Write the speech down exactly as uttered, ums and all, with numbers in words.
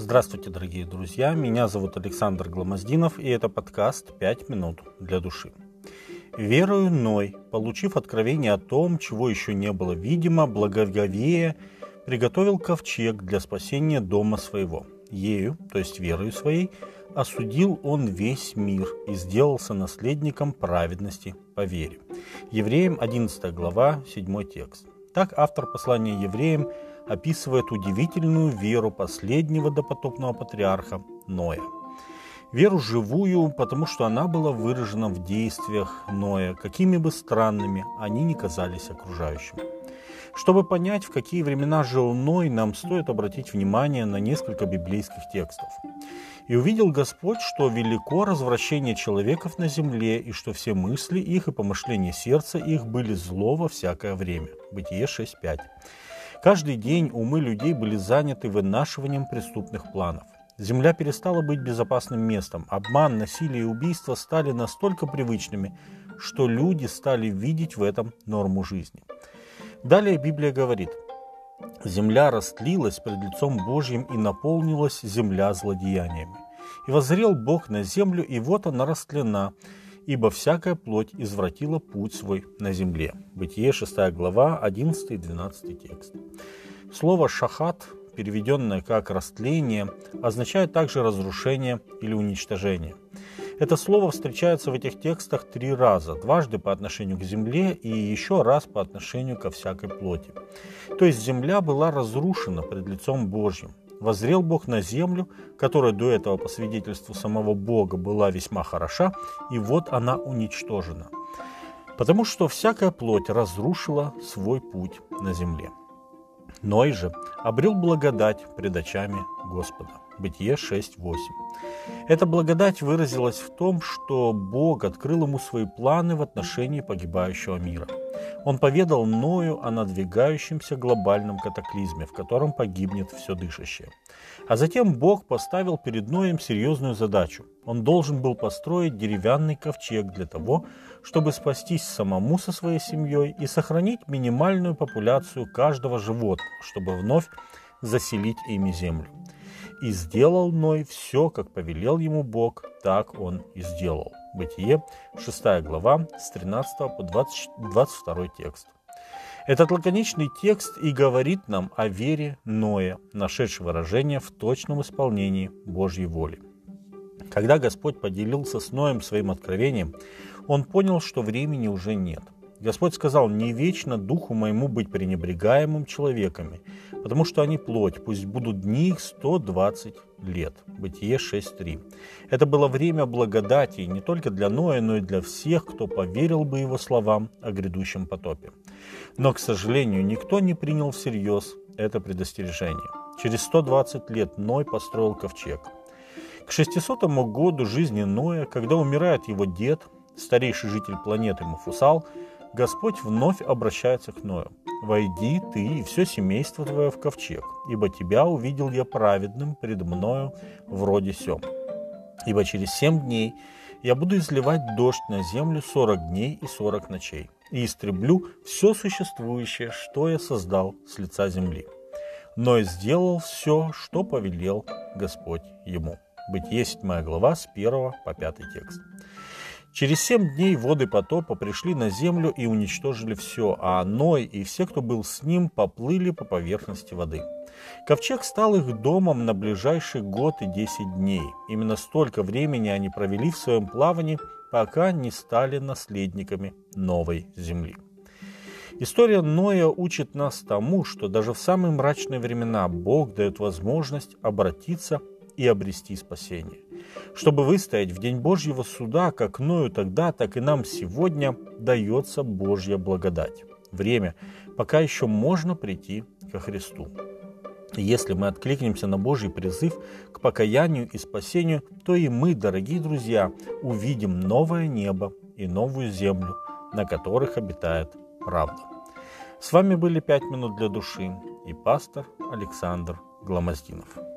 Здравствуйте, дорогие друзья, меня зовут Александр Гломоздинов, и это подкаст «пять минут для души». Верою Ной, получив откровение о том, чего еще не было видимо, благоговея, приготовил ковчег для спасения дома своего. Ею, то есть верою своей, осудил он весь мир и сделался наследником праведности по вере. Евреям одиннадцатая глава, седьмой текст. Так автор послания евреям описывает удивительную веру последнего допотопного патриарха Ноя. Веру живую, потому что она была выражена в действиях Ноя, какими бы странными они ни казались окружающим. Чтобы понять, в какие времена жил Ной, нам стоит обратить внимание на несколько библейских текстов. «И увидел Господь, что велико развращение человеков на земле, и что все мысли их и помышления сердца их были зло во всякое время». Бытие шесть пять. Каждый день умы людей были заняты вынашиванием преступных планов. Земля перестала быть безопасным местом. Обман, насилие и убийство стали настолько привычными, что люди стали видеть в этом норму жизни. Далее Библия говорит: «Земля растлилась пред лицом Божьим, и наполнилась земля злодеяниями. И воззрел Бог на землю, и вот она растлена, ибо всякая плоть извратила путь свой на земле». Бытие шестая глава, одиннадцатый-двенадцатый текст. Слово «шахат», переведенное как «растление», означает также разрушение или уничтожение. Это слово встречается в этих текстах три раза, дважды по отношению к земле и еще раз по отношению ко всякой плоти. То есть земля была разрушена пред лицом Божьим. Воззрел Бог на землю, которая до этого, по свидетельству самого Бога, была весьма хороша, и вот она уничтожена, потому что всякая плоть разрушила свой путь на земле. Ной же обрел благодать пред очами Господа. Бытие шесть восемь. Эта благодать выразилась в том, что Бог открыл ему свои планы в отношении погибающего мира. Он поведал Ною о надвигающемся глобальном катаклизме, в котором погибнет все дышащее. А затем Бог поставил перед Ноем серьезную задачу. Он должен был построить деревянный ковчег для того, чтобы спастись самому со своей семьей и сохранить минимальную популяцию каждого животного, чтобы вновь заселить ими землю. «И сделал Ной все, как повелел ему Бог, так он и сделал». Бытие, шестая глава, с тринадцатого по двадцать второй текст. Этот лаконичный текст и говорит нам о вере Ноя, нашедшей выражение в точном исполнении Божьей воли. Когда Господь поделился с Ноем своим откровением, он понял, что времени уже нет. Господь сказал: «Не вечно духу моему быть пренебрегаемым человеками, потому что они плоть, пусть будут дни их сто двадцать лет». Бытие шесть три. Это было время благодати не только для Ноя, но и для всех, кто поверил бы его словам о грядущем потопе. Но, к сожалению, никто не принял всерьез это предостережение. Через сто двадцать лет Ной построил ковчег. К шестисотому году жизни Ноя, когда умирает его дед, старейший житель планеты Мафусал, Господь вновь обращается к Ною: «Войди ты и все семейство твое в ковчег, ибо тебя увидел я праведным пред мною в роде сем. Ибо через семь дней я буду изливать дождь на землю сорок дней и сорок ночей, и истреблю все существующее, что я создал с лица земли». Ной сделал все, что повелел Господь ему. Бытие седьмая глава, с первого по пятый текст. Через семь дней воды потопа пришли на землю и уничтожили все, а Ной и все, кто был с ним, поплыли по поверхности воды. Ковчег стал их домом на ближайший год и десять дней. Именно столько времени они провели в своем плавании, пока не стали наследниками новой земли. История Ноя учит нас тому, что даже в самые мрачные времена Бог дает возможность обратиться и обрести спасение. Чтобы выстоять в день Божьего суда, как Ною тогда, так и нам сегодня, дается Божья благодать. Время, пока еще можно прийти ко Христу. Если мы откликнемся на Божий призыв к покаянию и спасению, то и мы, дорогие друзья, увидим новое небо и новую землю, на которых обитает правда. С вами были «пять минут для души» и пастор Александр Гломоздинов.